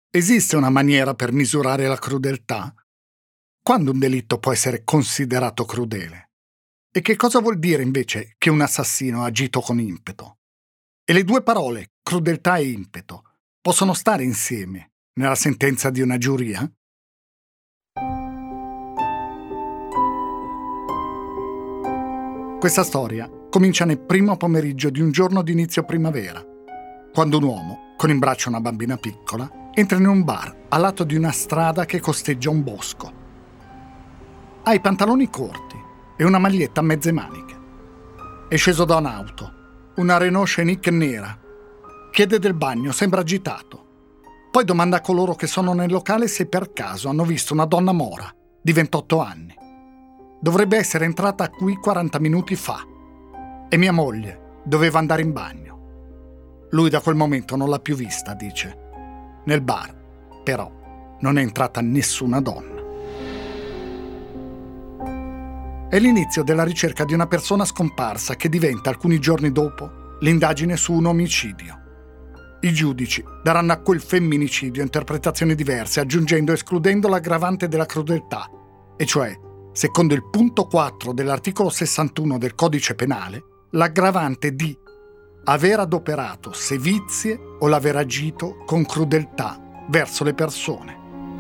Esiste una maniera per misurare la crudeltà? Quando un delitto può essere considerato crudele? E che cosa vuol dire invece che un assassino ha agito con impeto? E le due parole, crudeltà e impeto, possono stare insieme nella sentenza di una giuria? Questa storia comincia nel primo pomeriggio di un giorno di inizio primavera, quando un uomo, con in braccio una bambina piccola, entra in un bar a lato di una strada che costeggia un bosco. Ha i pantaloni corti e una maglietta a mezze maniche. È sceso da un'auto, una Renault Scenic nera. Chiede del bagno, sembra agitato. Poi domanda a coloro che sono nel locale se per caso hanno visto una donna mora, di 28 anni. Dovrebbe essere entrata qui 40 minuti fa. È mia moglie, doveva andare in bagno. Lui da quel momento non l'ha più vista, dice. Nel bar, però, non è entrata nessuna donna. È l'inizio della ricerca di una persona scomparsa che diventa, alcuni giorni dopo, l'indagine su un omicidio. I giudici daranno a quel femminicidio interpretazioni diverse, aggiungendo e escludendo l'aggravante della crudeltà, e cioè, secondo il punto 4 dell'articolo 61 del Codice Penale, l'aggravante di aver adoperato sevizie o l'aver agito con crudeltà verso le persone.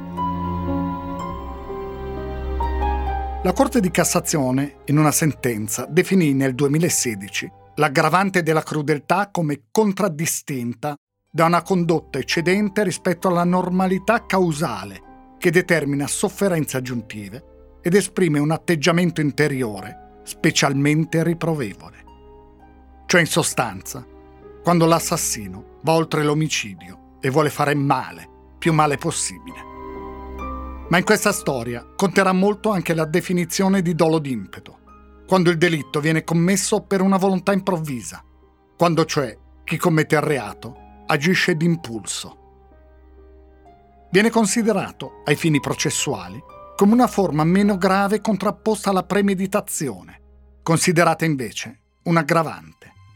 La Corte di Cassazione, in una sentenza, definì nel 2016 l'aggravante della crudeltà come contraddistinta da una condotta eccedente rispetto alla normalità causale che determina sofferenze aggiuntive ed esprime un atteggiamento interiore specialmente riprovevole. Cioè, in sostanza, quando l'assassino va oltre l'omicidio e vuole fare male, più male possibile. Ma in questa storia conterà molto anche la definizione di dolo d'impeto, quando il delitto viene commesso per una volontà improvvisa, quando cioè chi commette il reato agisce d'impulso. Viene considerato, ai fini processuali, come una forma meno grave contrapposta alla premeditazione, considerata invece un aggravante.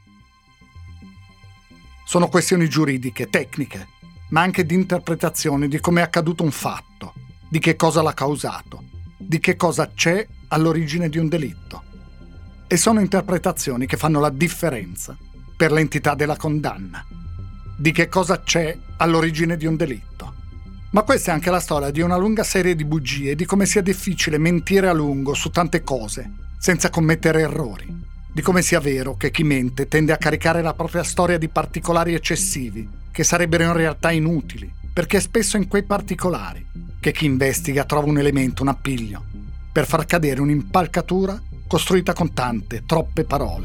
Sono questioni giuridiche, tecniche, ma anche di interpretazione di come è accaduto un fatto, di che cosa l'ha causato, di che cosa c'è all'origine di un delitto. E sono interpretazioni che fanno la differenza per l'entità della condanna, di che cosa c'è all'origine di un delitto. Ma questa è anche la storia di una lunga serie di bugie, di come sia difficile mentire a lungo su tante cose, senza commettere errori. Di come sia vero che chi mente tende a caricare la propria storia di particolari eccessivi, che sarebbero in realtà inutili, perché è spesso in quei particolari che chi investiga trova un elemento, un appiglio, per far cadere un'impalcatura costruita con tante, troppe parole.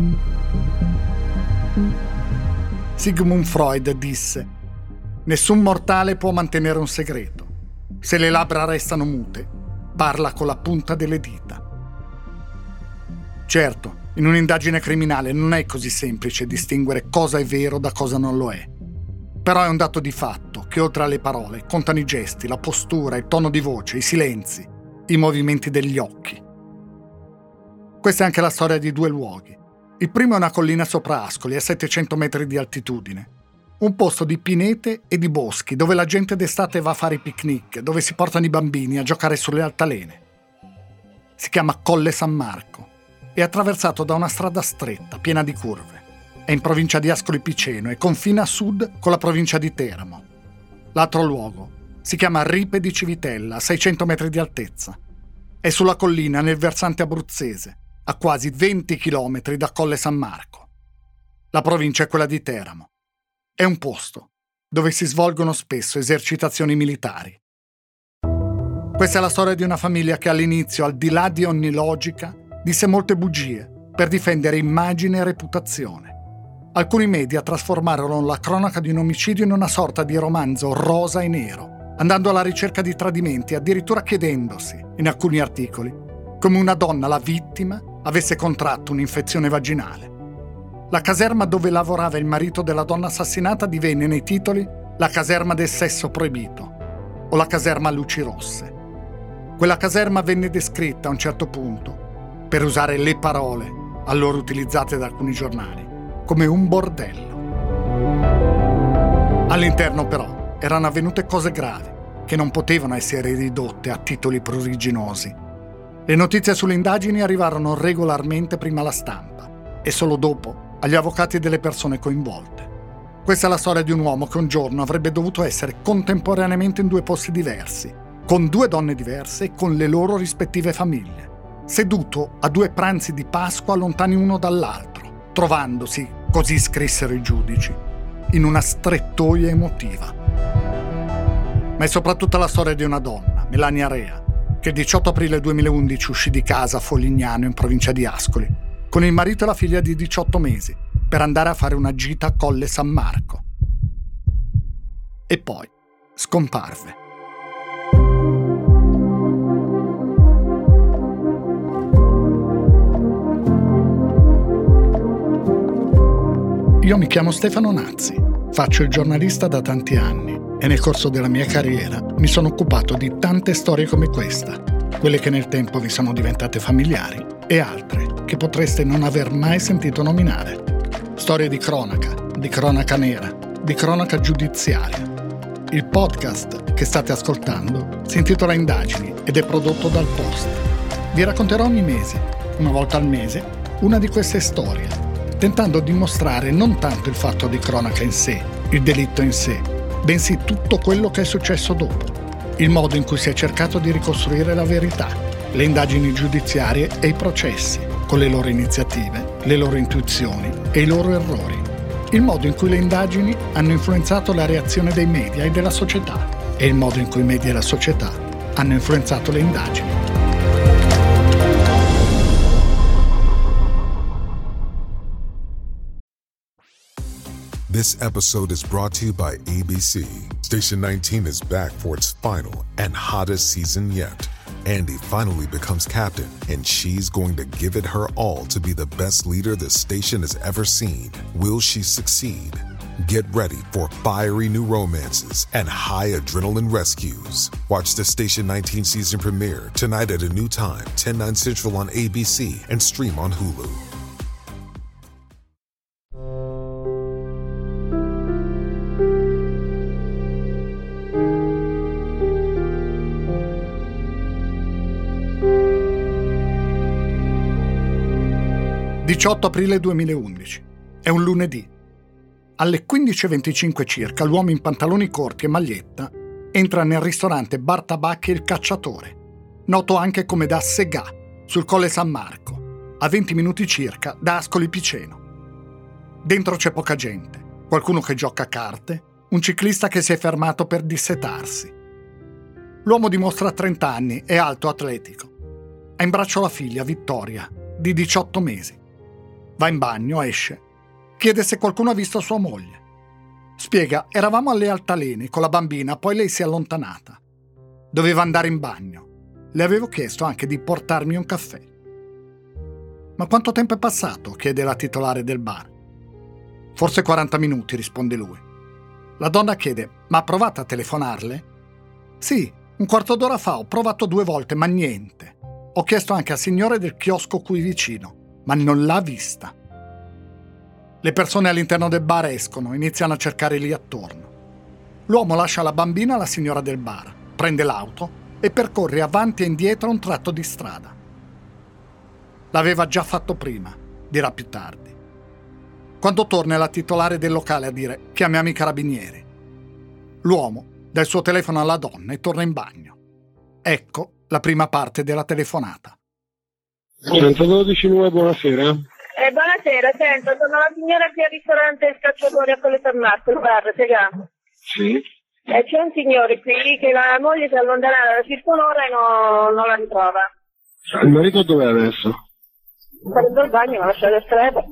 Sigmund Freud disse: «Nessun mortale può mantenere un segreto. Se le labbra restano mute, parla con la punta delle dita». Certo, in un'indagine criminale non è così semplice distinguere cosa è vero da cosa non lo è. Però è un dato di fatto che oltre alle parole contano i gesti, la postura, il tono di voce, i silenzi, i movimenti degli occhi. Questa è anche la storia di due luoghi. Il primo è una collina sopra Ascoli, a 700 metri di altitudine. Un posto di pinete e di boschi, dove la gente d'estate va a fare i picnic, dove si portano i bambini a giocare sulle altalene. Si chiama Colle San Marco. È attraversato da una strada stretta, piena di curve. È in provincia di Ascoli Piceno e confina a sud con la provincia di Teramo. L'altro luogo si chiama Ripe di Civitella, a 600 metri di altezza. È sulla collina nel versante abruzzese, a quasi 20 chilometri da Colle San Marco. La provincia è quella di Teramo. È un posto dove si svolgono spesso esercitazioni militari. Questa è la storia di una famiglia che all'inizio, al di là di ogni logica, disse molte bugie per difendere immagine e reputazione. Alcuni media trasformarono la cronaca di un omicidio in una sorta di romanzo rosa e nero, andando alla ricerca di tradimenti, addirittura chiedendosi, in alcuni articoli, come una donna, la vittima, avesse contratto un'infezione vaginale. La caserma dove lavorava il marito della donna assassinata divenne nei titoli la caserma del sesso proibito o la caserma a luci rosse. Quella caserma venne descritta a un certo punto, per usare le parole allora utilizzate da alcuni giornali, come un bordello. All'interno però erano avvenute cose gravi, che non potevano essere ridotte a titoli pruriginosi. Le notizie sulle indagini arrivarono regolarmente prima alla stampa e solo dopo agli avvocati delle persone coinvolte. Questa è la storia di un uomo che un giorno avrebbe dovuto essere contemporaneamente in due posti diversi, con due donne diverse e con le loro rispettive famiglie, seduto a due pranzi di Pasqua lontani uno dall'altro, trovandosi, così scrissero i giudici, in una strettoia emotiva. Ma è soprattutto la storia di una donna, Melania Rea, che il 18 aprile 2011 uscì di casa a Foglignano, in provincia di Ascoli, con il marito e la figlia di 18 mesi, per andare a fare una gita a Colle San Marco. E poi scomparve. Io mi chiamo Stefano Nazzi, faccio il giornalista da tanti anni e nel corso della mia carriera mi sono occupato di tante storie come questa, quelle che nel tempo vi sono diventate familiari e altre che potreste non aver mai sentito nominare. Storie di cronaca nera, di cronaca giudiziaria. Il podcast che state ascoltando si intitola Indagini ed è prodotto dal Post. Vi racconterò ogni mese, una volta al mese, una di queste storie, tentando di mostrare non tanto il fatto di cronaca in sé, il delitto in sé, bensì tutto quello che è successo dopo, il modo in cui si è cercato di ricostruire la verità, le indagini giudiziarie e i processi, con le loro iniziative, le loro intuizioni e i loro errori, il modo in cui le indagini hanno influenzato la reazione dei media e della società e il modo in cui i media e la società hanno influenzato le indagini. This episode is brought to you by ABC. Station 19 is back for its final and hottest season yet. Andy finally becomes captain, and she's going to give it her all to be the best leader the station has ever seen. Will she succeed? Get ready for fiery new romances and high adrenaline rescues. Watch the Station 19 season premiere tonight at a new time, 10/9 Central on ABC, and stream on Hulu. Il 18 aprile 2011. È un lunedì. Alle 15:25 circa l'uomo in pantaloni corti e maglietta entra nel ristorante Bar Tabacchi Il Cacciatore, noto anche come da Segà, sul Colle San Marco, a 20 minuti circa da Ascoli Piceno. Dentro c'è poca gente, qualcuno che gioca a carte, un ciclista che si è fermato per dissetarsi. L'uomo dimostra 30 anni, è alto, atletico. Ha in braccio la figlia, Vittoria, di 18 mesi. Va in bagno, esce. Chiede se qualcuno ha visto sua moglie. Spiega, eravamo alle altalene con la bambina, poi lei si è allontanata. Doveva andare in bagno. Le avevo chiesto anche di portarmi un caffè. Ma quanto tempo è passato? Chiede la titolare del bar. Forse 40 minuti, risponde lui. La donna chiede, ma ha provato a telefonarle? Sì, un quarto d'ora fa ho provato 2 volte, ma niente. Ho chiesto anche al signore del chiosco qui vicino, ma non l'ha vista. Le persone all'interno del bar escono, iniziano a cercare lì attorno. L'uomo lascia la bambina alla signora del bar, prende l'auto e percorre avanti e indietro un tratto di strada. L'aveva già fatto prima, dirà più tardi. Quando torna è la titolare del locale a dire «chiamiamo i carabinieri». L'uomo dà il suo telefono alla donna e torna in bagno. Ecco la prima parte della telefonata. 112 nuove, buonasera. Buonasera, sento, sono la signora qui al ristorante Il Cacciatore a Colle San Marco, il bar, Segà. Sì. C'è un signore qui che la moglie si è allontanata da circa un'ora e non la ritrova. Il marito dov'è adesso? Sarebbe al bagno, l'ha lasciato a strada.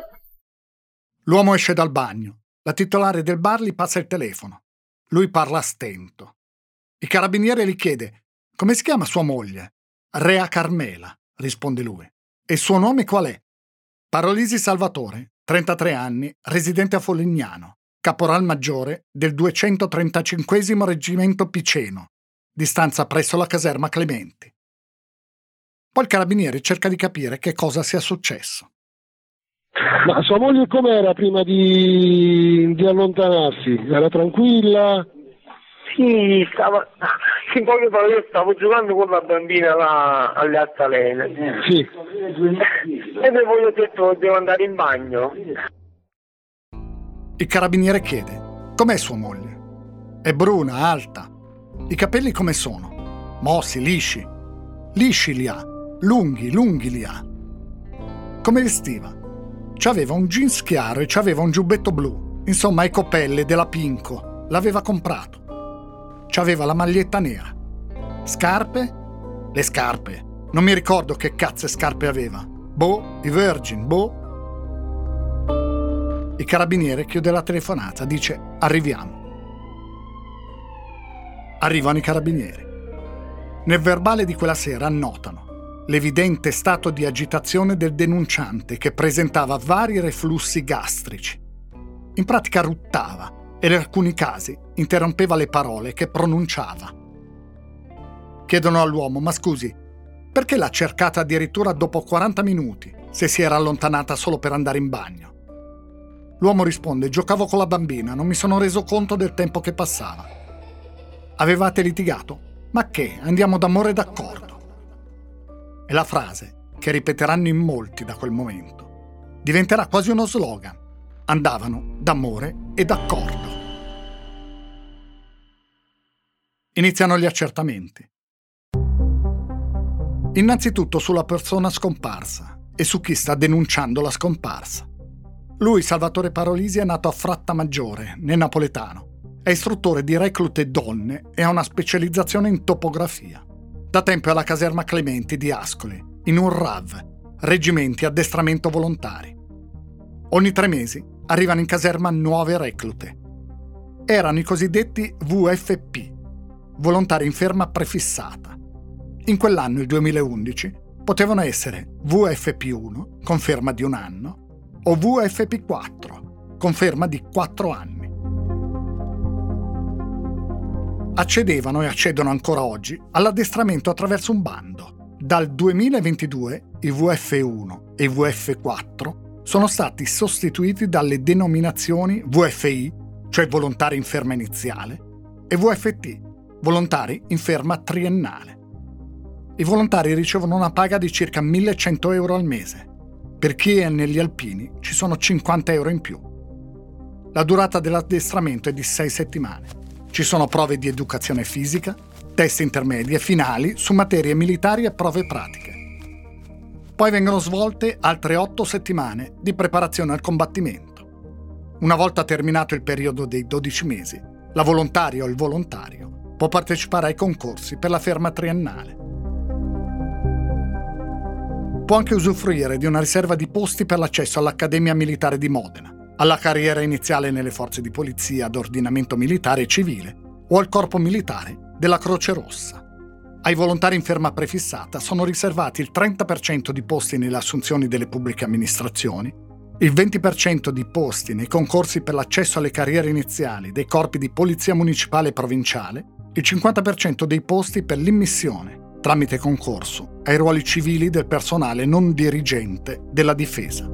L'uomo esce dal bagno. La titolare del bar gli passa il telefono. Lui parla a stento. Il carabiniere gli chiede «Come si chiama sua moglie?» «Rea Carmela», risponde lui. «E il suo nome qual è?» Parolisi Salvatore, 33 anni, residente a Foglignano, caporal maggiore del 235° Reggimento Piceno, di stanza presso la caserma Clementi. Poi il carabiniere cerca di capire che cosa sia successo. Ma sua moglie com'era prima di allontanarsi? Era tranquilla? Sì, in poche parole io stavo giocando con la bambina là alle altalene. Sì. E poi ho detto devo andare in bagno. Il carabiniere chiede: com'è sua moglie? È bruna, alta. I capelli come sono? Mossi, lisci. Lisci li ha. Lunghi li ha. Come vestiva? C'aveva un jeans chiaro e c'aveva un giubbetto blu. Insomma, ecopelle della Pinco. L'aveva comprato. C'aveva la maglietta nera. Scarpe? Le scarpe. Non mi ricordo che cazzo scarpe aveva. Boh, i Virgin, boh. Il carabiniere chiude la telefonata, dice: arriviamo. Arrivano i carabinieri. Nel verbale di quella sera annotano l'evidente stato di agitazione del denunciante, che presentava vari reflussi gastrici. In pratica ruttava e in alcuni casi interrompeva le parole che pronunciava. Chiedono all'uomo: ma scusi, perché l'ha cercata addirittura dopo 40 minuti, se si era allontanata solo per andare in bagno? L'uomo risponde: giocavo con la bambina, non mi sono reso conto del tempo che passava. Avevate litigato? Ma che, andiamo d'amore d'accordo. È la frase che ripeteranno in molti da quel momento. Diventerà quasi uno slogan. Andavano d'amore e d'accordo. Iniziano gli accertamenti. Innanzitutto sulla persona scomparsa e su chi sta denunciando la scomparsa. Lui, Salvatore Parolisi, è nato a Frattamaggiore, nel napoletano. È istruttore di reclute donne e ha una specializzazione in topografia. Da tempo è alla caserma Clementi di Ascoli, in un RAV, Reggimenti Addestramento Volontari. Ogni 3 mesi arrivano in caserma nuove reclute. Erano i cosiddetti VFP, Volontari in ferma prefissata. In quell'anno, il 2011, potevano essere VFP1, conferma di 1 anno, o VFP4, conferma di 4 anni. Accedevano e accedono ancora oggi all'addestramento attraverso un bando. Dal 2022 i VF1 e i VF4 sono stati sostituiti dalle denominazioni VFI, cioè volontari in ferma iniziale, e VFT, volontari in ferma triennale. I volontari ricevono una paga di circa 1.100 euro al mese. Per chi è negli alpini ci sono 50 euro in più. La durata dell'addestramento è di 6 settimane. Ci sono prove di educazione fisica, test intermedi e finali su materie militari e prove pratiche. Poi vengono svolte altre 8 settimane di preparazione al combattimento. Una volta terminato il periodo dei 12 mesi, la volontaria o il volontario può partecipare ai concorsi per la ferma triennale. Può anche usufruire di una riserva di posti per l'accesso all'Accademia Militare di Modena, alla carriera iniziale nelle forze di polizia ad ordinamento militare e civile o al corpo militare della Croce Rossa. Ai volontari in ferma prefissata sono riservati il 30% di posti nelle assunzioni delle pubbliche amministrazioni, il 20% di posti nei concorsi per l'accesso alle carriere iniziali dei corpi di polizia municipale e provinciale, il 50% dei posti per l'immissione tramite concorso ai ruoli civili del personale non dirigente della difesa.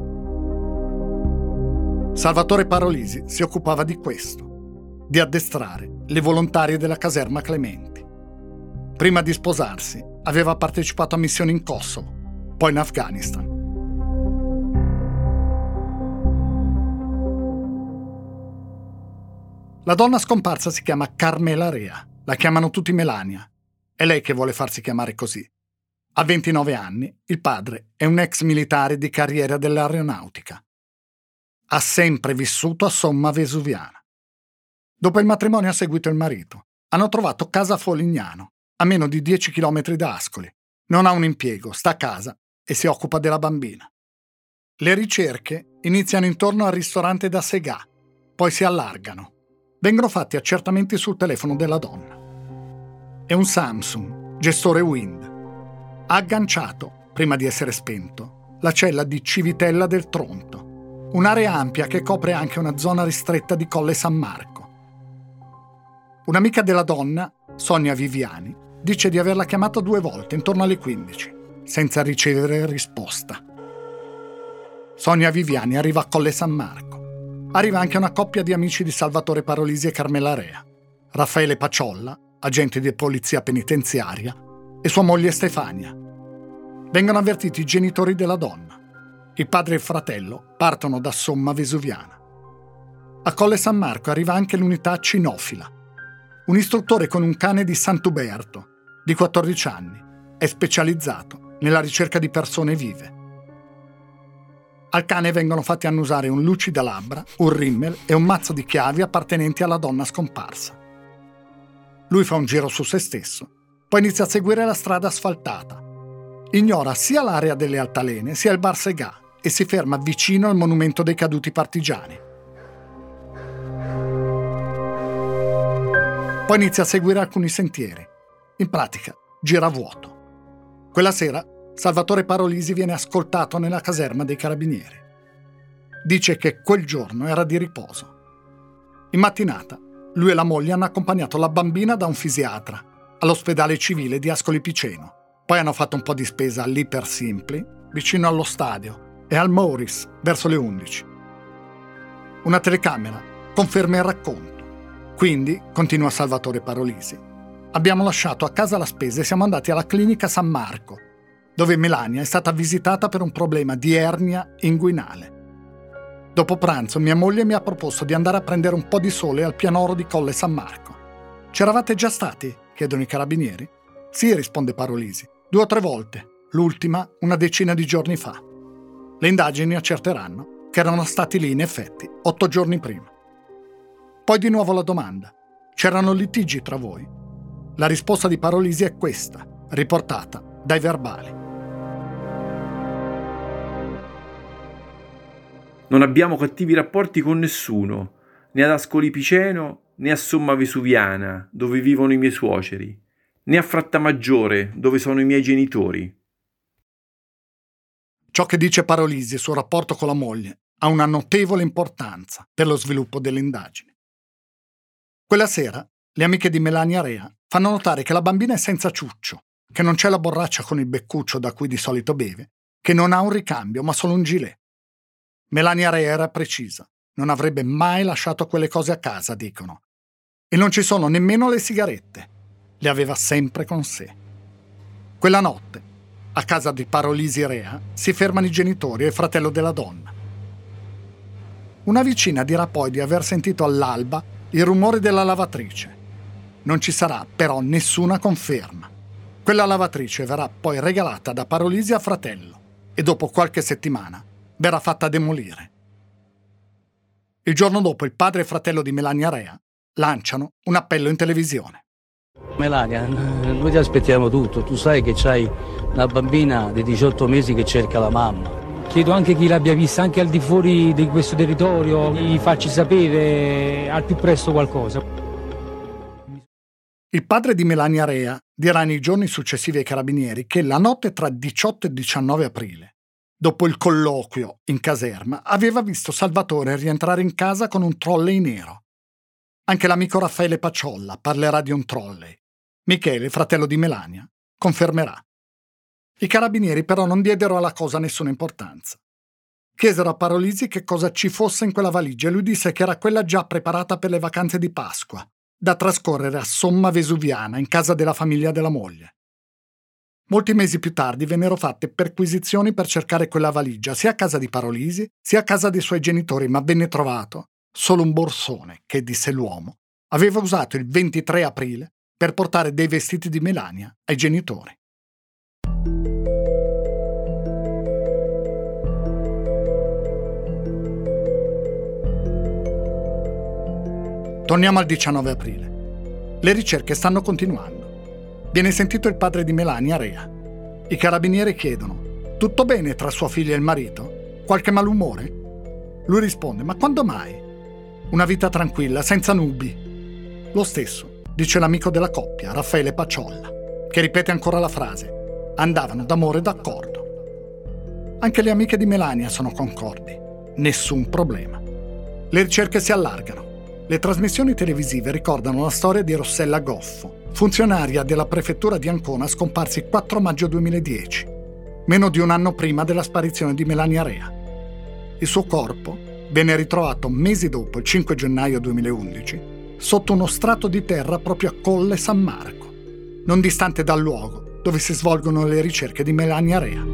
Salvatore Parolisi si occupava di questo, di addestrare le volontarie della caserma Clementi. Prima di sposarsi aveva partecipato a missioni in Kosovo, poi in Afghanistan. La donna scomparsa si chiama Carmela Rea, la chiamano tutti Melania. È lei che vuole farsi chiamare così. Ha 29 anni, il padre è un ex militare di carriera dell'aeronautica. Ha sempre vissuto a Somma Vesuviana. Dopo il matrimonio ha seguito il marito. Hanno trovato casa a Folignano, a meno di 10 chilometri da Ascoli. Non ha un impiego, sta a casa e si occupa della bambina. Le ricerche iniziano intorno al ristorante da Segà, poi si allargano. Vengono fatti accertamenti sul telefono della donna. È un Samsung, gestore Wind. Ha agganciato, prima di essere spento, la cella di Civitella del Tronto, un'area ampia che copre anche una zona ristretta di Colle San Marco. Un'amica della donna, Sonia Viviani, dice di averla chiamata 2 volte intorno alle 15, senza ricevere risposta. Sonia Viviani arriva a Colle San Marco. Arriva anche una coppia di amici di Salvatore Parolisi e Carmela Rea. Raffaele Paciolla, agente di polizia penitenziaria, e sua moglie Stefania. Vengono avvertiti i genitori della donna. Il padre e il fratello partono da Somma Vesuviana. A Colle San Marco arriva anche l'unità cinofila. Un istruttore con un cane di Sant'Uberto, di 14 anni, è specializzato nella ricerca di persone vive. Al cane vengono fatti annusare un lucidalabbra, un rimmel e un mazzo di chiavi appartenenti alla donna scomparsa. Lui fa un giro su se stesso, poi inizia a seguire la strada asfaltata. Ignora sia l'area delle altalene sia il Bar Segà e si ferma vicino al monumento dei caduti partigiani. Poi inizia a seguire alcuni sentieri. In pratica, gira a vuoto. Quella sera, Salvatore Parolisi viene ascoltato nella caserma dei carabinieri. Dice che quel giorno era di riposo. In mattinata, lui e la moglie hanno accompagnato la bambina da un fisiatra all'ospedale civile di Ascoli Piceno. Poi hanno fatto un po' di spesa all'Iper Simpli, vicino allo stadio, e al Morris, verso le 11. Una telecamera conferma il racconto. Quindi, continua Salvatore Parolisi, abbiamo lasciato a casa la spesa e siamo andati alla clinica San Marco, dove Melania è stata visitata per un problema di ernia inguinale. Dopo pranzo mia moglie mi ha proposto di andare a prendere un po' di sole al pianoro di Colle San Marco. C'eravate già stati? Chiedono i carabinieri. Sì, risponde Parolisi, 2 o 3 volte, l'ultima una decina di giorni fa. Le indagini accerteranno che erano stati lì in effetti 8 giorni prima. Poi di nuovo la domanda: c'erano litigi tra voi? La risposta di Parolisi è questa, riportata dai verbali. Non abbiamo cattivi rapporti con nessuno, né ad Ascoli Piceno né a Somma Vesuviana, dove vivono i miei suoceri, né a Frattamaggiore, dove sono i miei genitori. Ciò che dice Parolisi sul rapporto con la moglie ha una notevole importanza per lo sviluppo delle indagini. Quella sera, le amiche di Melania Rea fanno notare che la bambina è senza ciuccio, che non c'è la borraccia con il beccuccio da cui di solito beve, che non ha un ricambio ma solo un gilet. Melania Rea era precisa, non avrebbe mai lasciato quelle cose a casa, dicono. E non ci sono nemmeno le sigarette, le aveva sempre con sé. Quella notte, a casa di Parolisi Rea, si fermano i genitori e il fratello della donna. Una vicina dirà poi di aver sentito all'alba il rumore della lavatrice. Non ci sarà però nessuna conferma. Quella lavatrice verrà poi regalata da Parolisi a fratello e dopo qualche settimana verrà fatta demolire. Il giorno dopo il padre e fratello di Melania Rea lanciano un appello in televisione. Melania, noi ti aspettiamo tutto. Tu sai che c'hai una bambina di 18 mesi che cerca la mamma. Chiedo anche chi l'abbia vista anche al di fuori di questo territorio di farci sapere al più presto qualcosa. Il padre di Melania Rea dirà nei giorni successivi ai carabinieri che la notte tra 18 e 19 aprile, dopo il colloquio in caserma, aveva visto Salvatore rientrare in casa con un trolley nero. Anche l'amico Raffaele Paciolla parlerà di un trolley. Michele, fratello di Melania, confermerà. I carabinieri però non diedero alla cosa nessuna importanza. Chiesero a Parolisi che cosa ci fosse in quella valigia e lui disse che era quella già preparata per le vacanze di Pasqua, da trascorrere a Somma Vesuviana, in casa della famiglia della moglie. Molti mesi più tardi vennero fatte perquisizioni per cercare quella valigia, sia a casa di Parolisi, sia a casa dei suoi genitori, ma venne trovato solo un borsone che, disse l'uomo, aveva usato il 23 aprile per portare dei vestiti di Melania ai genitori. Torniamo al 19 aprile. Le ricerche stanno continuando. Viene sentito il padre di Melania Rea. I carabinieri chiedono: tutto bene tra sua figlia e il marito? Qualche malumore? Lui risponde: ma quando mai? Una vita tranquilla, senza nubi. Lo stesso dice l'amico della coppia, Raffaele Paciolla, che ripete ancora la frase: andavano d'amore e d'accordo. Anche le amiche di Melania sono concordi. Nessun problema. Le ricerche si allargano. Le trasmissioni televisive ricordano la storia di Rossella Goffo, funzionaria della prefettura di Ancona scomparsa il 4 maggio 2010, meno di un anno prima della sparizione di Melania Rea. Il suo corpo venne ritrovato mesi dopo, il 5 gennaio 2011, sotto uno strato di terra proprio a Colle San Marco, non distante dal luogo dove si svolgono le ricerche di Melania Rea.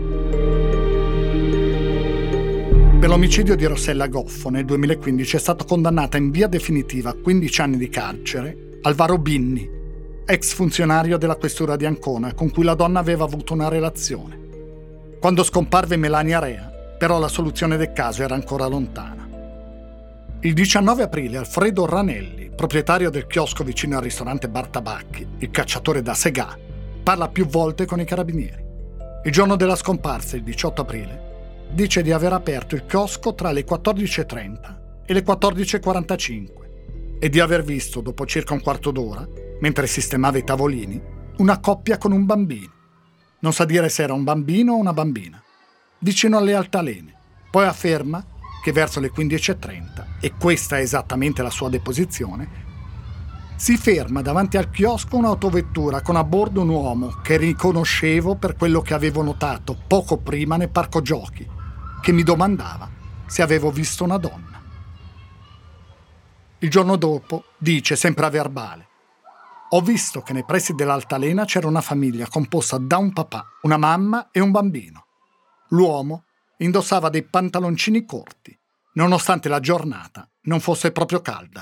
Per l'omicidio di Rossella Goffo nel 2015 è stata condannata in via definitiva a 15 anni di carcere Alvaro Binni, ex funzionario della questura di Ancona con cui la donna aveva avuto una relazione. Quando scomparve Melania Rea, però la soluzione del caso era ancora lontana. Il 19 aprile Alfredo Ranelli, proprietario del chiosco vicino al ristorante Bar Tabacchi, il cacciatore da Segà, parla più volte con i carabinieri. Il giorno della scomparsa, il 18 aprile, dice di aver aperto il chiosco tra le 14.30 e le 14.45 e di aver visto, dopo circa un quarto d'ora, mentre sistemava i tavolini, una coppia con un bambino. Non sa dire se era un bambino o una bambina, vicino alle altalene. Poi afferma che verso le 15.30, e questa è esattamente la sua deposizione, si ferma davanti al chiosco un'autovettura con a bordo un uomo che riconoscevo per quello che avevo notato poco prima nel parco giochi, che mi domandava se avevo visto una donna. Il giorno dopo dice, sempre a verbale: ho visto che nei pressi dell'altalena c'era una famiglia composta da un papà, una mamma e un bambino. L'uomo indossava dei pantaloncini corti, nonostante la giornata non fosse proprio calda.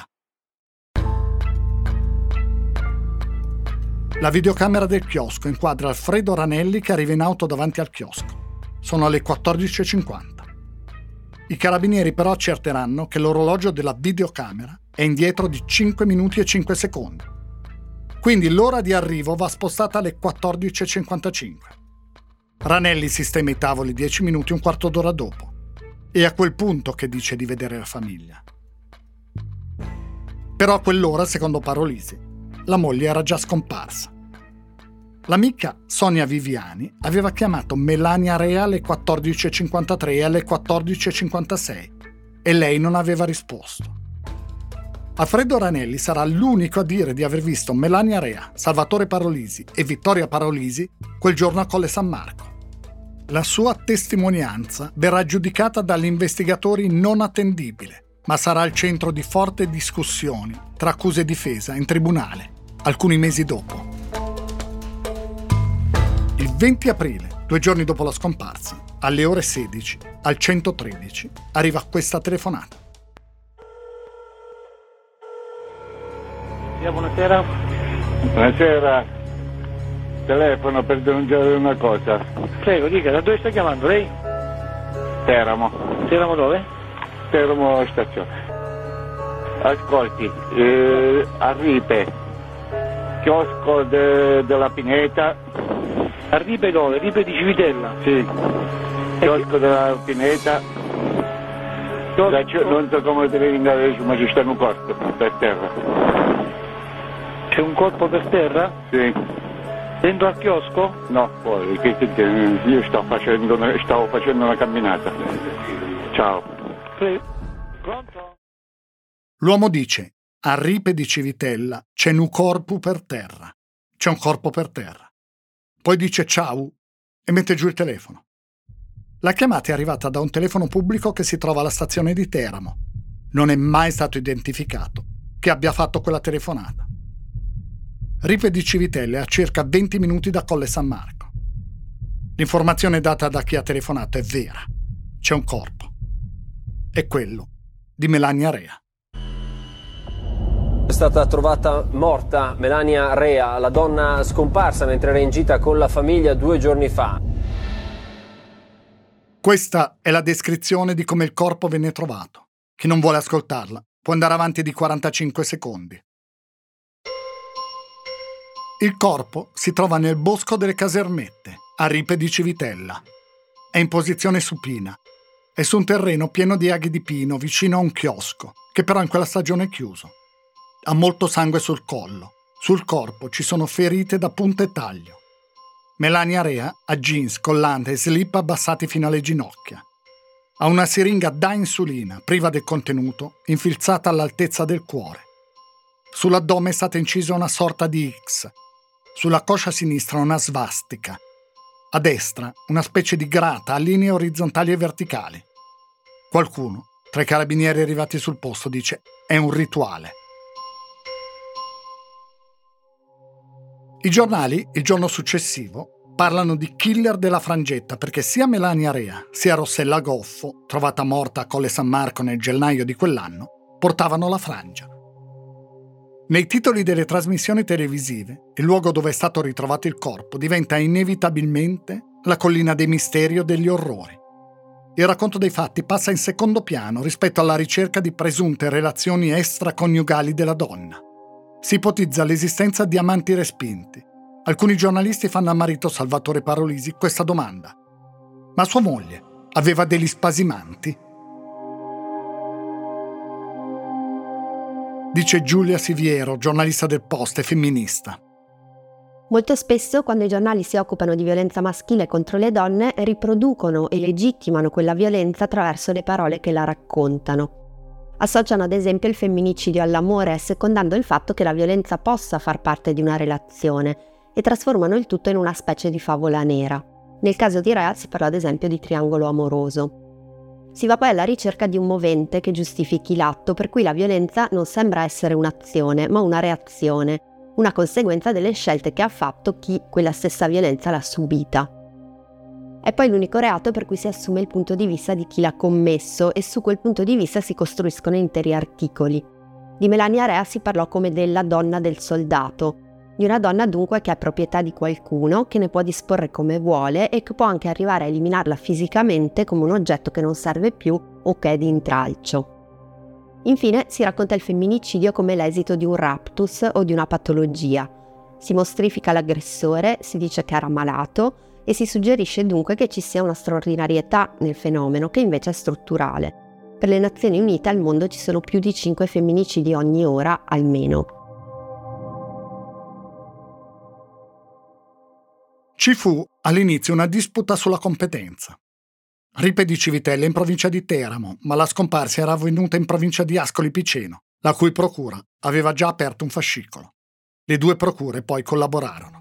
La videocamera del chiosco inquadra Alfredo Ranelli che arriva in auto davanti al chiosco. Sono le 14.50. I carabinieri però accerteranno che l'orologio della videocamera è indietro di 5 minuti e 5 secondi. Quindi l'ora di arrivo va spostata alle 14.55. Ranelli sistema i tavoli 10 minuti, un quarto d'ora dopo. È a quel punto che dice di vedere la famiglia. Però a quell'ora, secondo Parolisi, la moglie era già scomparsa. L'amica Sonia Viviani aveva chiamato Melania Rea alle 14.53 e alle 14.56 e lei non aveva risposto. Alfredo Ranelli sarà l'unico a dire di aver visto Melania Rea, Salvatore Parolisi e Vittoria Parolisi quel giorno a Colle San Marco. La sua testimonianza verrà giudicata dagli investigatori non attendibile, ma sarà al centro di forti discussioni tra accusa e difesa in tribunale, alcuni mesi dopo. Il 20 aprile, 2 giorni dopo la scomparsa, alle ore 16, al 113, arriva questa telefonata. Buonasera. Buonasera. Telefono per denunciare una cosa. Prego, dica, da dove sta chiamando lei? Teramo. Teramo dove? Teramo stazione. Ascolti, a Ripe, chiosco della Pineta. A Ripe dove? Ripe di Civitella? Sì, chiosco della Pineta. Non so come te ne adesso, ma ci sta un corpo per terra. C'è un corpo per terra? Sì. Dentro al chiosco? No, poi, io stavo facendo una camminata. Ciao. Pronto? L'uomo dice: a Ripe di Civitella c'è un corpo per terra. C'è un corpo per terra. Poi dice ciao e mette giù il telefono. La chiamata è arrivata da un telefono pubblico che si trova alla stazione di Teramo. Non è mai stato identificato che abbia fatto quella telefonata. Ripe di Civitella è a circa 20 minuti da Colle San Marco. L'informazione data da chi ha telefonato è vera. C'è un corpo. È quello di Melania Rea. È stata trovata morta Melania Rea, la donna scomparsa mentre era in gita con la famiglia 2 giorni fa. Questa è la descrizione di come il corpo venne trovato. Chi non vuole ascoltarla può andare avanti di 45 secondi. Il corpo si trova nel Bosco delle Casermette, a Ripe di Civitella. È in posizione supina. È su un terreno pieno di aghi di pino vicino a un chiosco, che però in quella stagione è chiuso. Ha molto sangue sul collo. Sul corpo ci sono ferite da punta e taglio. Melania Rea ha jeans, collante e slip abbassati fino alle ginocchia. Ha una siringa da insulina, priva del contenuto, infilzata all'altezza del cuore. Sull'addome è stata incisa una sorta di X. Sulla coscia sinistra una svastica. A destra una specie di grata a linee orizzontali e verticali. Qualcuno, tra i carabinieri arrivati sul posto, dice: è un rituale. I giornali, il giorno successivo, parlano di killer della Frangetta perché sia Melania Rea sia Rossella Goffo, trovata morta a Colle San Marco nel gennaio di quell'anno, portavano la frangia. Nei titoli delle trasmissioni televisive, il luogo dove è stato ritrovato il corpo diventa inevitabilmente la collina dei misteri o degli orrori. Il racconto dei fatti passa in secondo piano rispetto alla ricerca di presunte relazioni extraconiugali della donna. Si ipotizza l'esistenza di amanti respinti. Alcuni giornalisti fanno al marito Salvatore Parolisi questa domanda: ma sua moglie aveva degli spasimanti? Dice Giulia Siviero, giornalista del Post e femminista. Molto spesso, quando i giornali si occupano di violenza maschile contro le donne, riproducono e legittimano quella violenza attraverso le parole che la raccontano. Associano ad esempio il femminicidio all'amore, assecondando il fatto che la violenza possa far parte di una relazione, e trasformano il tutto in una specie di favola nera. Nel caso di Rea si parla ad esempio di triangolo amoroso. Si va poi alla ricerca di un movente che giustifichi l'atto, per cui la violenza non sembra essere un'azione, ma una reazione, una conseguenza delle scelte che ha fatto chi quella stessa violenza l'ha subita. È poi l'unico reato per cui si assume il punto di vista di chi l'ha commesso e su quel punto di vista si costruiscono interi articoli. Di Melania Rea si parlò come della donna del soldato, di una donna dunque che è proprietà di qualcuno, che ne può disporre come vuole e che può anche arrivare a eliminarla fisicamente come un oggetto che non serve più o che è di intralcio. Infine si racconta il femminicidio come l'esito di un raptus o di una patologia. Si mostrifica l'aggressore, si dice che era malato e si suggerisce dunque che ci sia una straordinarietà nel fenomeno che invece è strutturale. Per le Nazioni Unite al mondo ci sono più di 5 femminicidi ogni ora almeno. Ci fu all'inizio una disputa sulla competenza. Ripe di Civitella in provincia di Teramo, ma la scomparsa era avvenuta in provincia di Ascoli Piceno, la cui procura aveva già aperto un fascicolo. Le due procure poi collaborarono.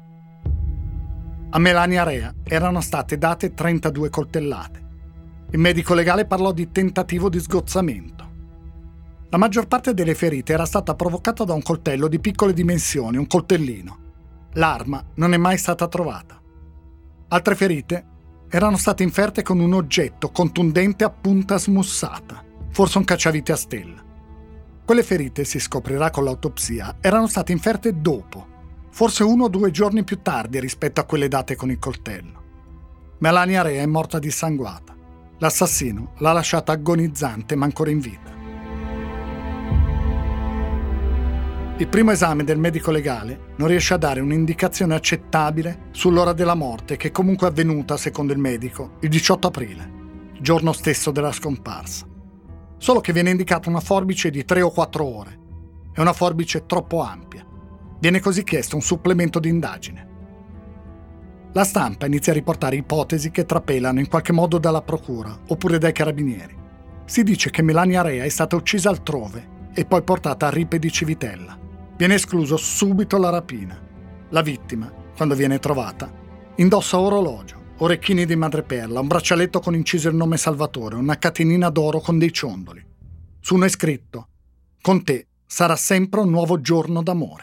A Melania Rea erano state date 32 coltellate. Il medico legale parlò di tentativo di sgozzamento. La maggior parte delle ferite era stata provocata da un coltello di piccole dimensioni, un coltellino. L'arma non è mai stata trovata. Altre ferite erano state inferte con un oggetto contundente a punta smussata, forse un cacciavite a stella. Quelle ferite, si scoprirà con l'autopsia, erano state inferte dopo, forse 1 o 2 giorni più tardi rispetto a quelle date con il coltello. Melania Rea è morta dissanguata. L'assassino l'ha lasciata agonizzante ma ancora in vita. Il primo esame del medico legale non riesce a dare un'indicazione accettabile sull'ora della morte, che comunque è avvenuta, secondo il medico, il 18 aprile, giorno stesso della scomparsa. Solo che viene indicata una forbice di 3 o 4 ore. È una forbice troppo ampia. Viene così chiesto un supplemento di indagine. La stampa inizia a riportare ipotesi che trapelano in qualche modo dalla procura oppure dai carabinieri. Si dice che Melania Rea è stata uccisa altrove e poi portata a Ripe di Civitella. Viene escluso subito la rapina. La vittima, quando viene trovata, indossa orologio, orecchini di madreperla, un braccialetto con inciso il nome Salvatore, una catenina d'oro con dei ciondoli. Su uno è scritto: «Con te sarà sempre un nuovo giorno d'amore».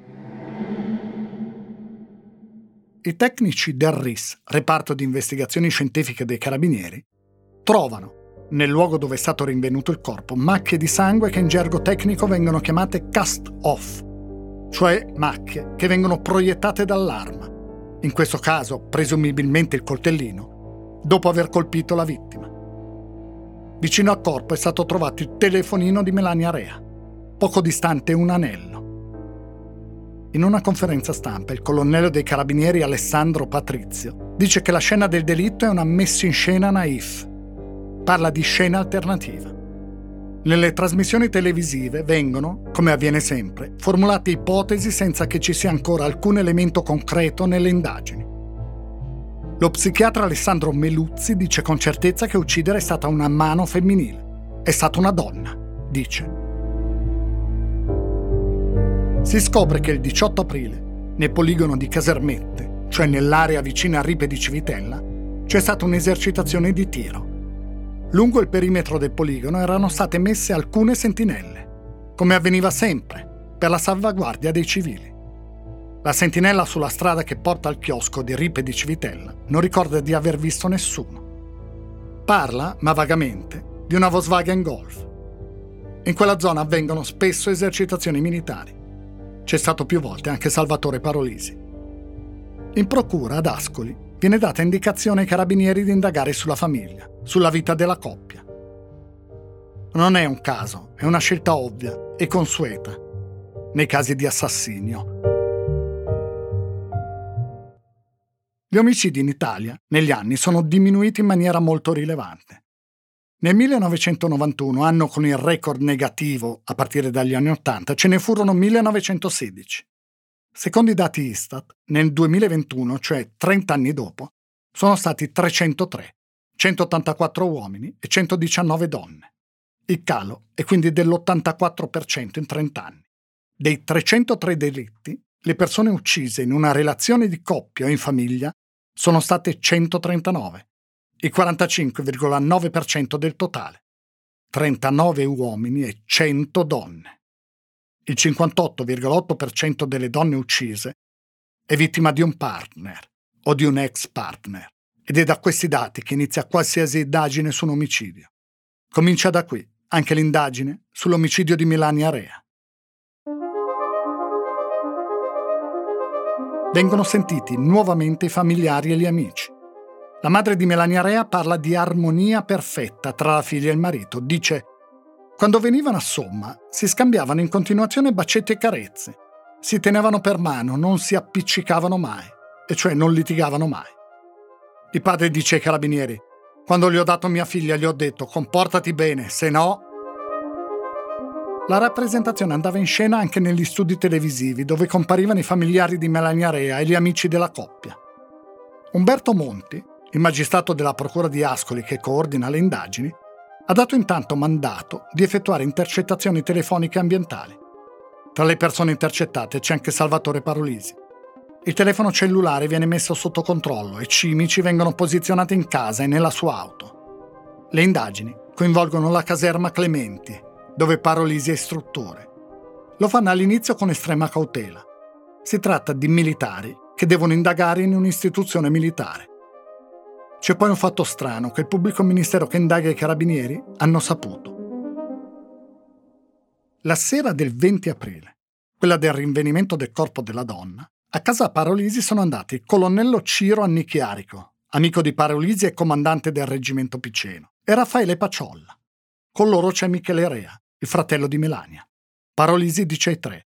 I tecnici del RIS, reparto di investigazioni scientifiche dei carabinieri, trovano, nel luogo dove è stato rinvenuto il corpo, macchie di sangue che in gergo tecnico vengono chiamate cast off, cioè macchie che vengono proiettate dall'arma, in questo caso presumibilmente il coltellino, dopo aver colpito la vittima. Vicino al corpo è stato trovato il telefonino di Melania Rea, poco distante un anello. In una conferenza stampa il colonnello dei carabinieri Alessandro Patrizio dice che la scena del delitto è una messa in scena naif. Parla di scena alternativa. Nelle trasmissioni televisive vengono, come avviene sempre, formulate ipotesi senza che ci sia ancora alcun elemento concreto nelle indagini. Lo psichiatra Alessandro Meluzzi dice con certezza che a uccidere è stata una mano femminile. È stata una donna, dice. Si scopre che il 18 aprile, nel poligono di Casermette, cioè nell'area vicina a Ripe di Civitella, c'è stata un'esercitazione di tiro. Lungo il perimetro del poligono erano state messe alcune sentinelle, come avveniva sempre, per la salvaguardia dei civili. La sentinella sulla strada che porta al chiosco di Ripe di Civitella non ricorda di aver visto nessuno. Parla, ma vagamente, di una Volkswagen Golf. In quella zona avvengono spesso esercitazioni militari. C'è stato più volte anche Salvatore Parolisi. In procura ad Ascoli viene data indicazione ai carabinieri di indagare sulla famiglia, sulla vita della coppia. Non è un caso, è una scelta ovvia e consueta nei casi di assassinio. Gli omicidi in Italia negli anni sono diminuiti in maniera molto rilevante. Nel 1991, anno con il record negativo a partire dagli anni 80, ce ne furono 1916. Secondo i dati Istat, nel 2021, cioè 30 anni dopo, sono stati 303, 184 uomini e 119 donne. Il calo è quindi dell'84% in 30 anni. Dei 303 delitti, le persone uccise in una relazione di coppia o in famiglia sono state 139, il 45,9% del totale, 39 uomini e 100 donne. Il 58,8% delle donne uccise è vittima di un partner o di un ex partner, ed è da questi dati che inizia qualsiasi indagine su un omicidio. Comincia da qui anche l'indagine sull'omicidio di Melania Rea. Vengono sentiti nuovamente i familiari e gli amici. La madre di Melania Rea parla di armonia perfetta tra la figlia e il marito. Dice: quando venivano a Somma si scambiavano in continuazione bacetti e carezze, si tenevano per mano, non si appiccicavano mai, e cioè non litigavano mai. Il padre dice ai carabinieri: quando gli ho dato mia figlia gli ho detto comportati bene, se no... La rappresentazione andava in scena anche negli studi televisivi dove comparivano i familiari di Melania Rea e gli amici della coppia. Umberto Monti, il magistrato della procura di Ascoli che coordina le indagini, ha dato intanto mandato di effettuare intercettazioni telefoniche ambientali. Tra le persone intercettate c'è anche Salvatore Parolisi. Il telefono cellulare viene messo sotto controllo e cimici vengono posizionati in casa e nella sua auto. Le indagini coinvolgono la caserma Clementi, dove Parolisi è istruttore. Lo fanno all'inizio con estrema cautela. Si tratta di militari che devono indagare in un'istituzione militare. C'è poi un fatto strano che il pubblico ministero che indaga i carabinieri hanno saputo. La sera del 20 aprile, quella del rinvenimento del corpo della donna, a casa Parolisi sono andati il colonnello Ciro Annichiarico, amico di Parolisi e comandante del reggimento Piceno, e Raffaele Paciolla. Con loro c'è Michele Rea, il fratello di Melania. Parolisi dice ai tre: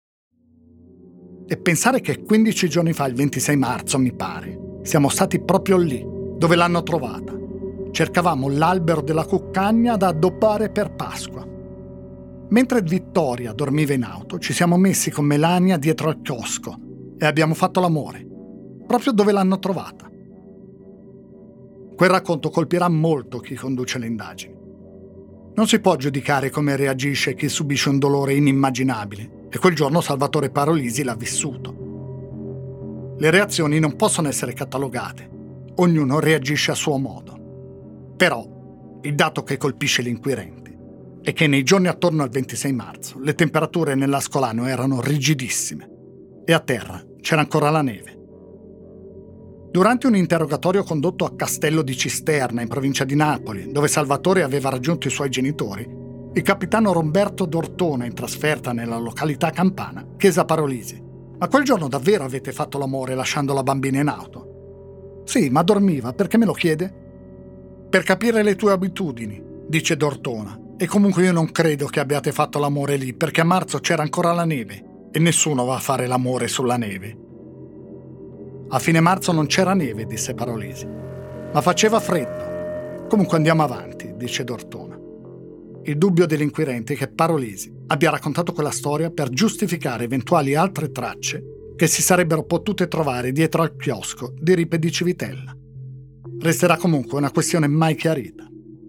e pensare che 15 giorni fa, il 26 marzo mi pare, siamo stati proprio lì, dove l'hanno trovata. Cercavamo l'albero della cuccagna da addobbare per Pasqua. Mentre Vittoria dormiva in auto, ci siamo messi con Melania dietro al chiosco e abbiamo fatto l'amore, proprio dove l'hanno trovata. Quel racconto colpirà molto chi conduce le indagini. Non si può giudicare come reagisce chi subisce un dolore inimmaginabile, e quel giorno Salvatore Parolisi l'ha vissuto. Le reazioni non possono essere catalogate, ognuno reagisce a suo modo. Però il dato che colpisce gli inquirenti è che nei giorni attorno al 26 marzo le temperature nell'Ascolano erano rigidissime e a terra c'era ancora la neve. Durante un interrogatorio condotto a Castello di Cisterna, in provincia di Napoli, dove Salvatore aveva raggiunto i suoi genitori, il capitano Romberto D'Ortona, in trasferta nella località campana, chiese a Parolisi: ma quel giorno davvero avete fatto l'amore lasciando la bambina in auto? Sì, ma dormiva, perché me lo chiede? Per capire le tue abitudini, dice D'Ortona, e comunque io non credo che abbiate fatto l'amore lì, perché a marzo c'era ancora la neve e nessuno va a fare l'amore sulla neve. A fine marzo non c'era neve, disse Parolisi, ma faceva freddo. Comunque andiamo avanti, dice D'Ortona. Il dubbio dell'inquirente è che Parolisi abbia raccontato quella storia per giustificare eventuali altre tracce che si sarebbero potute trovare dietro al chiosco di Ripe di Civitella. Resterà comunque una questione mai chiarita.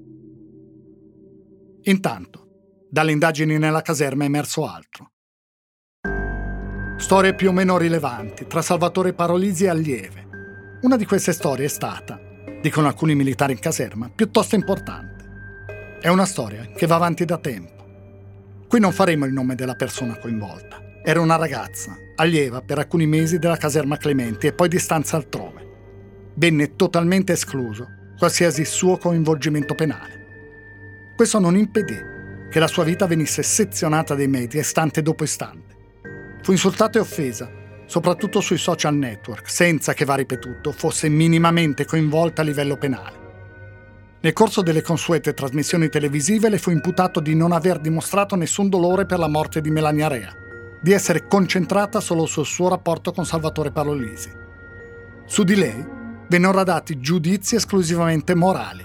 Intanto, dalle indagini nella caserma è emerso altro. Storie più o meno rilevanti tra Salvatore Parolisi e allieve. Una di queste storie è stata, dicono alcuni militari in caserma, piuttosto importante. È una storia che va avanti da tempo. Qui non faremo il nome della persona coinvolta. Era una ragazza, allieva per alcuni mesi della caserma Clementi e poi di stanze altrove. Venne totalmente escluso qualsiasi suo coinvolgimento penale. Questo non impedì che la sua vita venisse sezionata dai media istante dopo istante. Fu insultata e offesa, soprattutto sui social network, senza che, va ripetuto, fosse minimamente coinvolta a livello penale. Nel corso delle consuete trasmissioni televisive le fu imputato di non aver dimostrato nessun dolore per la morte di Melania Rea, di essere concentrata solo sul suo rapporto con Salvatore Parolisi. Su di lei vennero dati giudizi esclusivamente morali.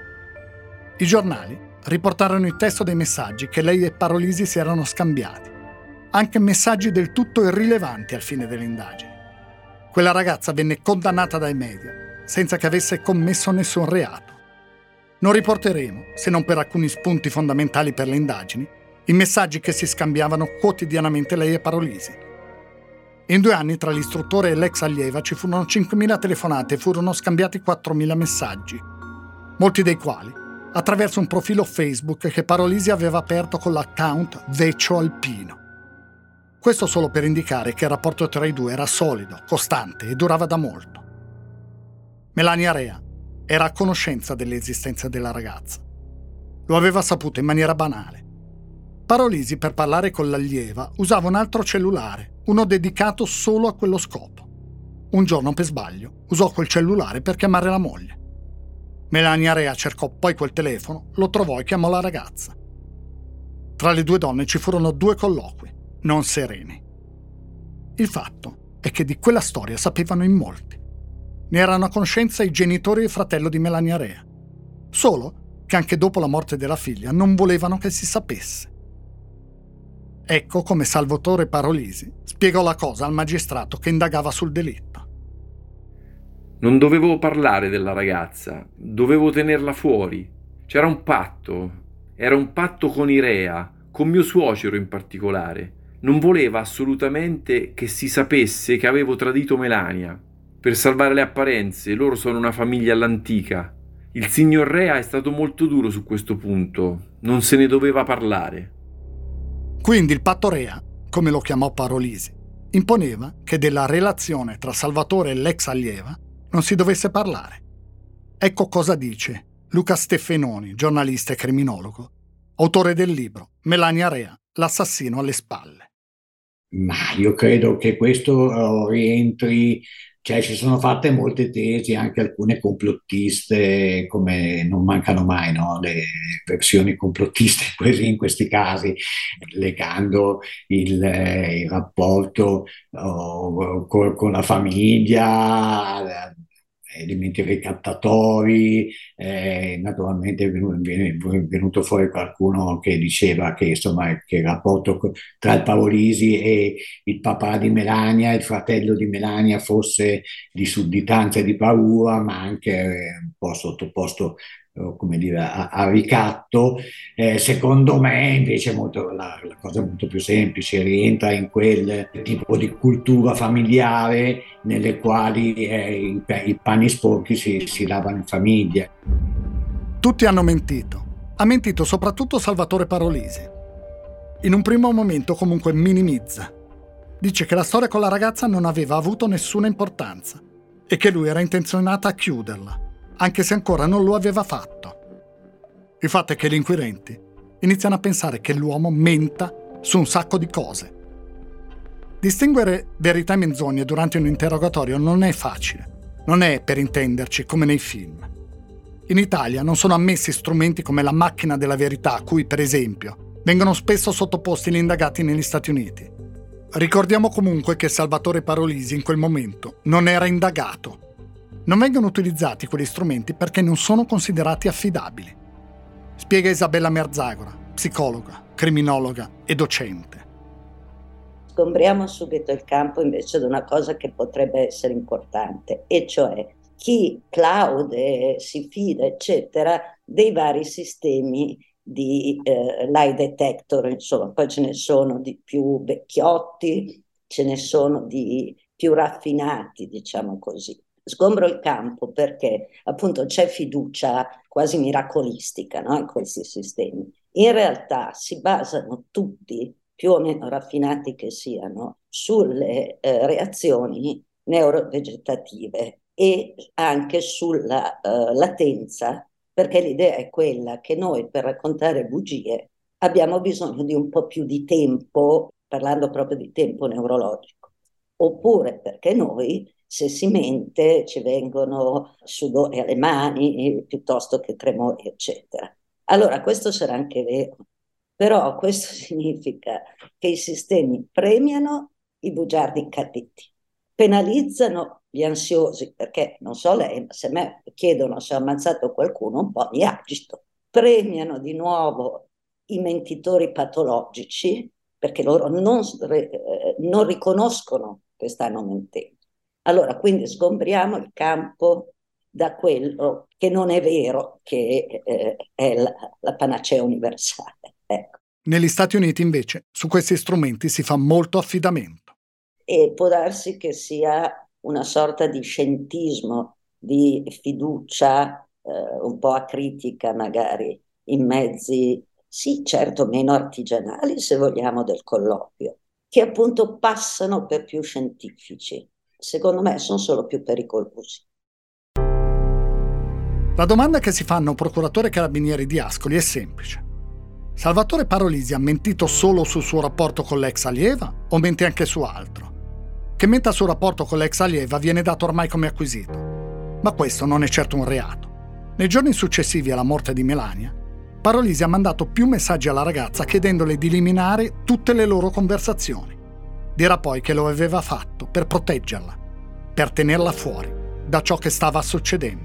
I giornali riportarono il testo dei messaggi che lei e Parolisi si erano scambiati, anche messaggi del tutto irrilevanti al fine delle indagini. Quella ragazza venne condannata dai media senza che avesse commesso nessun reato. Non riporteremo, se non per alcuni spunti fondamentali per le indagini, i messaggi che si scambiavano quotidianamente lei e Parolisi. In 2 anni tra l'istruttore e l'ex allieva ci furono 5.000 telefonate e furono scambiati 4.000 messaggi, molti dei quali attraverso un profilo Facebook che Parolisi aveva aperto con l'account Vecchio Alpino. Questo solo per indicare che il rapporto tra i due era solido, costante e durava da molto. Melania Rea era a conoscenza dell'esistenza della ragazza. Lo aveva saputo in maniera banale. Parolisi, per parlare con l'allieva, usava un altro cellulare, uno dedicato solo a quello scopo. Un giorno, per sbaglio, usò quel cellulare per chiamare la moglie. Melania Rea cercò poi quel telefono, lo trovò e chiamò la ragazza. Tra le 2 donne ci furono 2 colloqui, non sereni. Il fatto è che di quella storia sapevano in molti. Ne erano a conoscenza i genitori e il fratello di Melania Rea. Solo che anche dopo la morte della figlia non volevano che si sapesse. Ecco come Salvatore Parolisi spiegò la cosa al magistrato che indagava sul delitto. Non dovevo parlare della ragazza, dovevo tenerla fuori. C'era un patto, era un patto con Irea, con mio suocero in particolare. Non voleva assolutamente che si sapesse che avevo tradito Melania. Per salvare le apparenze, loro sono una famiglia all'antica. Il signor Rea è stato molto duro su questo punto, non se ne doveva parlare. Quindi il patto Rea, come lo chiamò Parolisi, imponeva che della relazione tra Salvatore e l'ex allieva non si dovesse parlare. Ecco cosa dice Luca Steffenoni, giornalista e criminologo, autore del libro Melania Rea, l'assassino alle spalle. Ma io credo che questo rientri, cioè ci sono fatte molte tesi, anche alcune complottiste, come non mancano mai, no? Le versioni complottiste così in questi casi, legando il rapporto con la famiglia, elementi ricattatori, naturalmente è venuto fuori qualcuno che diceva che insomma che il rapporto tra il Parolisi e il papà di Melania, il fratello di Melania, fosse di sudditanza e di paura, ma anche un po' sottoposto come dire, a ricatto. Secondo me invece la cosa è molto più semplice, rientra in quel tipo di cultura familiare nelle quali i panni sporchi si lavano in famiglia. Tutti hanno mentito. Ha mentito soprattutto Salvatore Parolisi. In un primo momento comunque minimizza. Dice che la storia con la ragazza non aveva avuto nessuna importanza e che lui era intenzionato a chiuderla, anche se ancora non lo aveva fatto. Il fatto è che gli inquirenti iniziano a pensare che l'uomo menta su un sacco di cose. Distinguere verità e menzogne durante un interrogatorio non è facile, non è, per intenderci, come nei film. In Italia non sono ammessi strumenti come la macchina della verità, a cui, per esempio, vengono spesso sottoposti gli indagati negli Stati Uniti. Ricordiamo comunque che Salvatore Parolisi in quel momento non era indagato. Non vengono utilizzati quegli strumenti perché non sono considerati affidabili. Spiega Isabella Merzagora, psicologa, criminologa e docente. Sgombriamo subito il campo invece di una cosa che potrebbe essere importante, e cioè chi plaude, si fida, eccetera, dei vari sistemi di lie detector, insomma, poi ce ne sono di più vecchiotti, ce ne sono di più raffinati, diciamo così. Sgombro il campo perché appunto c'è fiducia quasi miracolistica, no, in questi sistemi. In realtà si basano tutti più o meno raffinati che siano, sulle reazioni neurovegetative e anche sulla latenza, perché l'idea è quella che noi per raccontare bugie abbiamo bisogno di un po' più di tempo, parlando proprio di tempo neurologico, oppure perché noi, se si mente, ci vengono sudori alle mani piuttosto che tremori, eccetera. Allora, questo sarà anche vero, però questo significa che i sistemi premiano i bugiardi incatiti, penalizzano gli ansiosi, perché non so lei, ma se a me chiedono se ho ammazzato qualcuno, un po' mi agito. Premiano di nuovo i mentitori patologici, perché loro non riconoscono che stanno mentendo. Allora, quindi sgombriamo il campo da quello che non è vero, che è la panacea universale. Ecco. Negli Stati Uniti, invece, su questi strumenti si fa molto affidamento. E può darsi che sia una sorta di scientismo, di fiducia un po' acritica magari in mezzi, sì, certo, meno artigianali, se vogliamo, del colloquio, che appunto passano per più scientifici. Secondo me sono solo più pericolosi. La domanda che si fanno procuratore e carabinieri di Ascoli è semplice. Salvatore Parolisi ha mentito solo sul suo rapporto con l'ex allieva o mente anche su altro? Che menta sul rapporto con l'ex allieva viene dato ormai come acquisito, ma questo non è certo un reato. Nei giorni successivi alla morte di Melania, Parolisi ha mandato più messaggi alla ragazza chiedendole di eliminare tutte le loro conversazioni. Dirà poi che lo aveva fatto per proteggerla, per tenerla fuori da ciò che stava succedendo.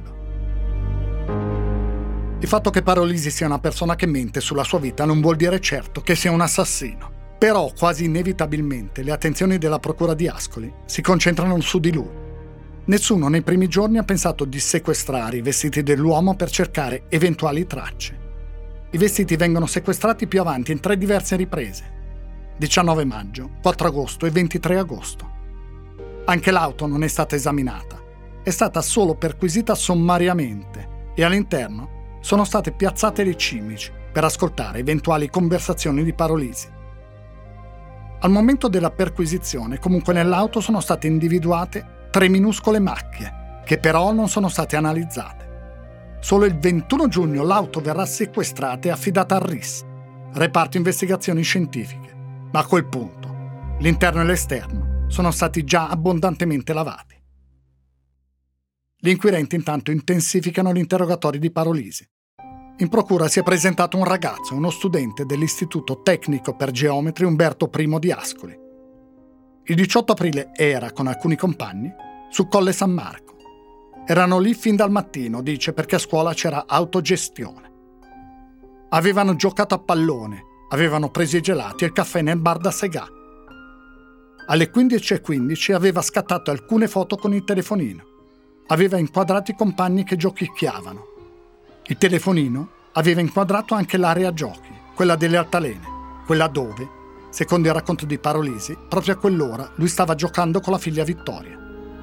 Il fatto che Parolisi sia una persona che mente sulla sua vita non vuol dire certo che sia un assassino. Però quasi inevitabilmente le attenzioni della procura di Ascoli si concentrano su di lui. Nessuno nei primi giorni ha pensato di sequestrare i vestiti dell'uomo per cercare eventuali tracce. I vestiti vengono sequestrati più avanti in 3 diverse riprese: 19 maggio, 4 agosto e 23 agosto. Anche l'auto non è stata esaminata, è stata solo perquisita sommariamente e all'interno sono state piazzate le cimici per ascoltare eventuali conversazioni di Parolisi. Al momento della perquisizione, comunque nell'auto sono state individuate 3 minuscole macchie, che però non sono state analizzate. Solo il 21 giugno l'auto verrà sequestrata e affidata al RIS, Reparto Investigazioni Scientifiche, ma a quel punto l'interno e l'esterno sono stati già abbondantemente lavati. Gli inquirenti intanto intensificano gli interrogatori di Parolisi. In procura si è presentato un ragazzo, uno studente dell'Istituto Tecnico per Geometri Umberto I di Ascoli. Il 18 aprile era, con alcuni compagni, su Colle San Marco. Erano lì fin dal mattino, dice, perché a scuola c'era autogestione. Avevano giocato a pallone, avevano preso i gelati e il caffè nel bar da Segà. Alle 15:15 aveva scattato alcune foto con il telefonino. Aveva inquadrato i compagni che giochicchiavano. Il telefonino aveva inquadrato anche l'area giochi, quella delle altalene, quella dove, secondo il racconto di Parolisi, proprio a quell'ora lui stava giocando con la figlia Vittoria.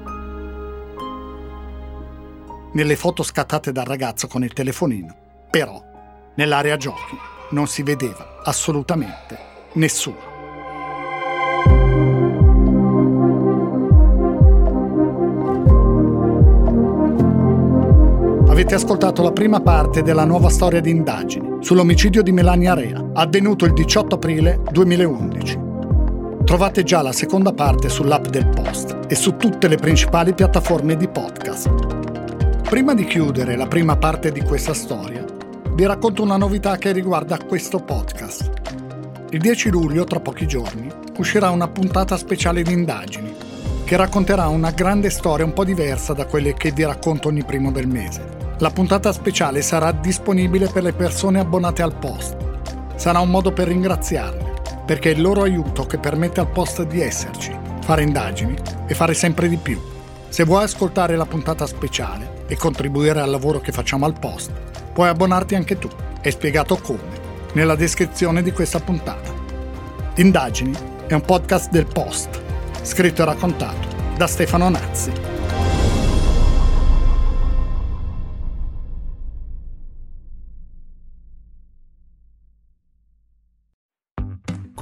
Nelle foto scattate dal ragazzo con il telefonino, però, nell'area giochi non si vedeva assolutamente nessuno. Avete ascoltato la prima parte della nuova storia di indagini sull'omicidio di Melania Rea, avvenuto il 18 aprile 2011. Trovate già la seconda parte sull'app del Post e su tutte le principali piattaforme di podcast. Prima di chiudere la prima parte di questa storia, vi racconto una novità che riguarda questo podcast. Il 10 luglio, tra pochi giorni, uscirà una puntata speciale di indagini che racconterà una grande storia un po' diversa da quelle che vi racconto ogni primo del mese. La puntata speciale sarà disponibile per le persone abbonate al Post. Sarà un modo per ringraziarle, perché è il loro aiuto che permette al Post di esserci, fare indagini e fare sempre di più. Se vuoi ascoltare la puntata speciale e contribuire al lavoro che facciamo al Post, puoi abbonarti anche tu. È spiegato come nella descrizione di questa puntata. Indagini è un podcast del Post, scritto e raccontato da Stefano Nazzi.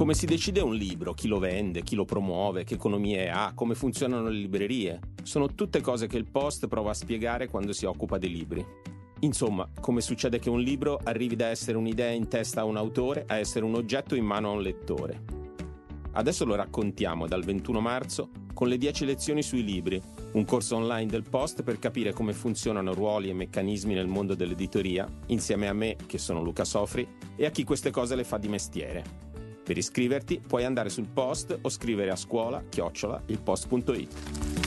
Come si decide un libro, chi lo vende, chi lo promuove, che economie ha, come funzionano le librerie, sono tutte cose che il Post prova a spiegare quando si occupa dei libri. Insomma, come succede che un libro arrivi da essere un'idea in testa a un autore a essere un oggetto in mano a un lettore. Adesso lo raccontiamo dal 21 marzo con le 10 lezioni sui libri, un corso online del Post per capire come funzionano ruoli e meccanismi nel mondo dell'editoria, insieme a me, che sono Luca Sofri, e a chi queste cose le fa di mestiere. Per iscriverti puoi andare sul Post o scrivere a scuola@ilpost.it.